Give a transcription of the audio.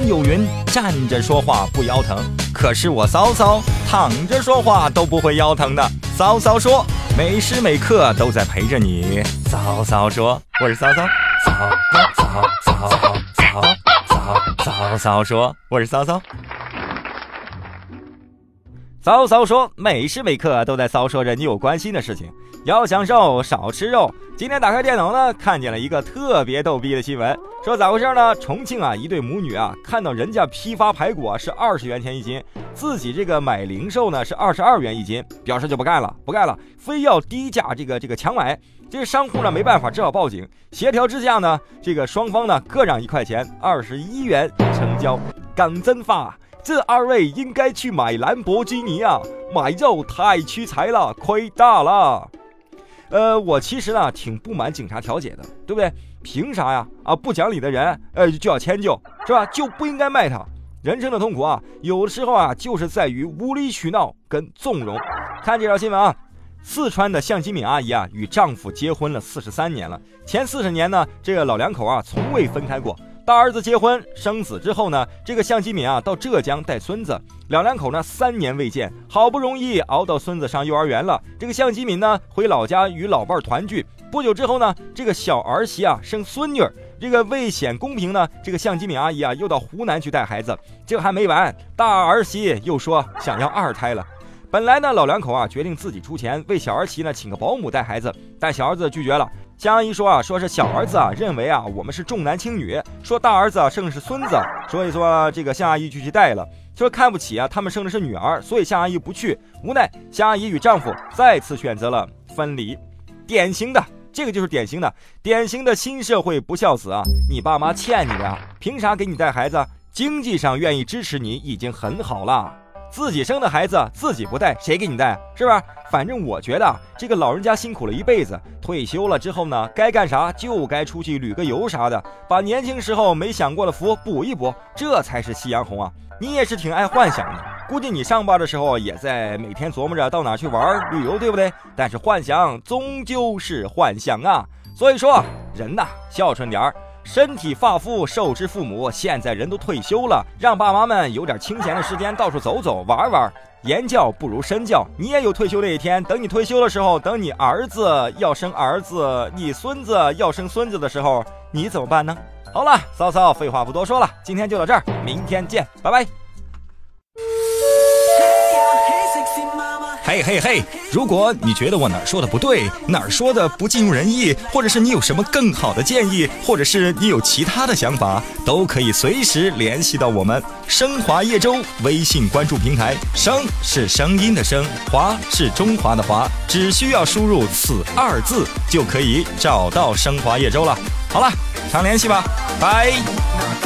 常有云，站着说话不腰疼，可是我骚骚躺着说话都不会腰疼的。骚骚说，每时每刻都在陪着你。骚骚说，我是骚骚。骚骚说，我是骚骚。骚骚说，每时每刻都在骚说着你有关心的事情，要享受少吃肉。今天打开电脑呢，看见了一个特别逗逼的新闻，说咋回事呢？重庆啊，一对母女啊，看到人家批发排骨啊是20元钱一斤，自己这个买零售呢是22元一斤，表示就不干了，非要低价这个强买。这个商户呢没办法，只好报警。协调之下呢，这个双方呢各让1块钱，21元成交。讲真话，这2位应该去买兰博基尼啊，买肉太屈才了，亏大了。我其实呢挺不满警察调解的，对不对？凭啥呀？不讲理的人，就要迁就是吧？就不应该卖他。人生的痛苦啊，有的时候啊，就是在于无理取闹跟纵容。看这条新闻啊，四川的向金敏阿姨啊，与丈夫结婚了43年了。前40年呢，这个老两口啊，从未分开过。大儿子结婚生子之后呢，这个向金敏啊到浙江带孙子，老两口呢3年未见，好不容易熬到孙子上幼儿园了，这个向金敏呢回老家与老伴团聚。不久之后呢，这个小儿媳啊生孙女，这个为显公平呢，这个向金敏阿姨啊又到湖南去带孩子。这还没完，大儿媳又说想要2胎了。本来呢，老两口啊决定自己出钱为小儿媳呢请个保姆带孩子，但小儿子拒绝了。向阿姨说是小儿子认为我们是重男轻女，说大儿子生的是孙子，所以说这个向阿姨就去带了，说看不起他们生的是女儿，所以向阿姨不去。无奈向阿姨与丈夫再次选择了分离。这个就是典型的新社会不孝子啊！你爸妈欠你的，凭啥给你带孩子？经济上愿意支持你已经很好了。自己生的孩子自己不带，谁给你带？是吧？反正我觉得这个老人家辛苦了一辈子，退休了之后呢，该干啥就该出去旅个游啥的，把年轻时候没享过的福补一补，这才是夕阳红啊！你也是挺爱幻想的，估计你上班的时候也在每天琢磨着到哪去玩旅游，对不对？但是幻想终究是幻想啊！所以说人呐，孝顺点儿。身体发肤受之父母，现在人都退休了，让爸妈们有点清闲的时间到处走走玩玩。言教不如身教，你也有退休那一天。等你退休的时候，等你儿子要生儿子，你孙子要生孙子的时候，你怎么办呢？好了，骚骚废话不多说了，今天就到这儿，明天见，拜拜。嘿，如果你觉得我哪儿说的不对，哪儿说的不尽如人意，或者是你有什么更好的建议，或者是你有其他的想法，都可以随时联系到我们升华叶舟微信关注平台。声是声音的声，华是中华的华，只需要输入此2字就可以找到升华叶舟了。好了，常联系吧，拜。